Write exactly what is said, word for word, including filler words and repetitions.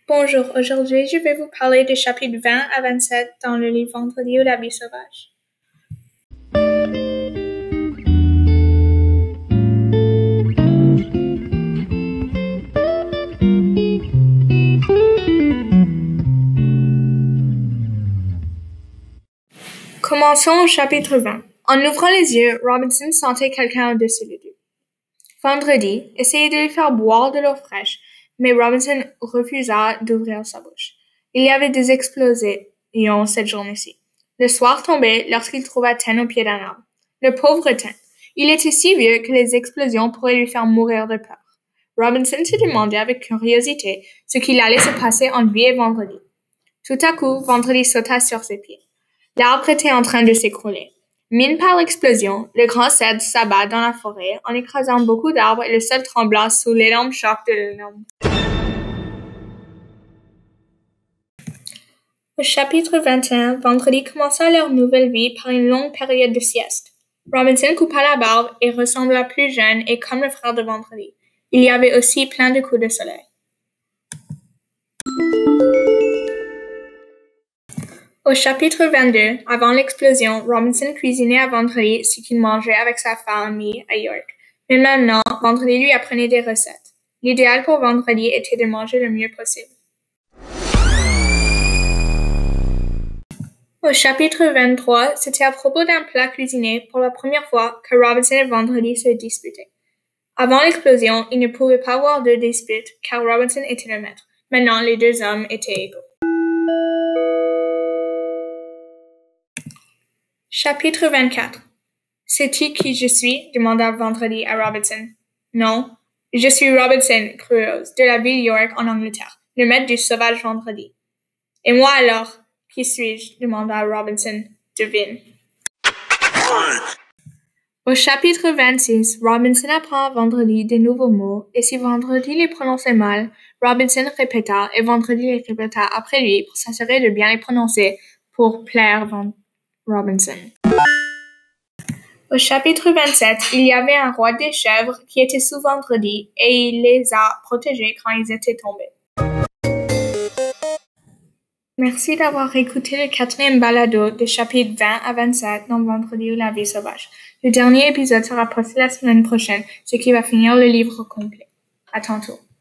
Bonjour, aujourd'hui je vais vous parler des chapitres vingt à vingt-sept dans le livre Vendredi ou la vie sauvage. Commençons au chapitre vingt. En ouvrant les yeux, Robinson sentait quelqu'un au-dessus de lui. Vendredi essayait de lui faire boire de l'eau fraîche, mais Robinson refusa d'ouvrir sa bouche. Il y avait des explosions cette journée-ci. Le soir tombait lorsqu'il trouva Ten au pied d'un arbre. Le pauvre Ten. Il était si vieux que les explosions pourraient lui faire mourir de peur. Robinson se demandait avec curiosité ce qu'il allait se passer entre lui et Vendredi. Tout à coup, Vendredi sauta sur ses pieds. L'arbre était en train de s'écrouler. Miné par l'explosion, le grand cèdre s'abat dans la forêt en écrasant beaucoup d'arbres et le sol trembla sous l'énorme choc de l'énorme. Au chapitre vingt et un, Vendredi commença leur nouvelle vie par une longue période de sieste. Robinson coupa la barbe et ressembla plus jeune et comme le frère de Vendredi. Il y avait aussi plein de coups de soleil. Au chapitre vingt-deux, avant l'explosion, Robinson cuisinait à Vendredi ce qu'il mangeait avec sa famille à York. Mais maintenant, Vendredi lui apprenait des recettes. L'idéal pour Vendredi était de manger le mieux possible. Au chapitre vingt-trois, c'était à propos d'un plat cuisiné pour la première fois que Robinson et Vendredi se disputaient. Avant l'explosion, ils ne pouvaient pas avoir de dispute car Robinson était le maître. Maintenant, les deux hommes étaient égaux. Chapitre vingt-quatre. Sais-tu qui je suis? Demanda Vendredi à Robinson. Non. Je suis Robinson Crusoe, de la ville York en Angleterre, le maître du sauvage Vendredi. Et moi alors? Qui suis-je? Demanda Robinson. Devine. Au chapitre vingt-six, Robinson apprend à Vendredi de nouveaux mots, et si Vendredi les prononçait mal, Robinson répéta, et Vendredi les répéta après lui pour s'assurer de bien les prononcer pour plaire Van- Robinson. Au chapitre vingt-sept, il y avait un roi des chèvres qui était sous Vendredi, et il les a protégés quand ils étaient tombés. Merci d'avoir écouté le quatrième balado des chapitres vingt à vingt-sept dans Vendredi ou la vie sauvage. Le dernier épisode sera posté la semaine prochaine, ce qui va finir le livre complet. À tantôt.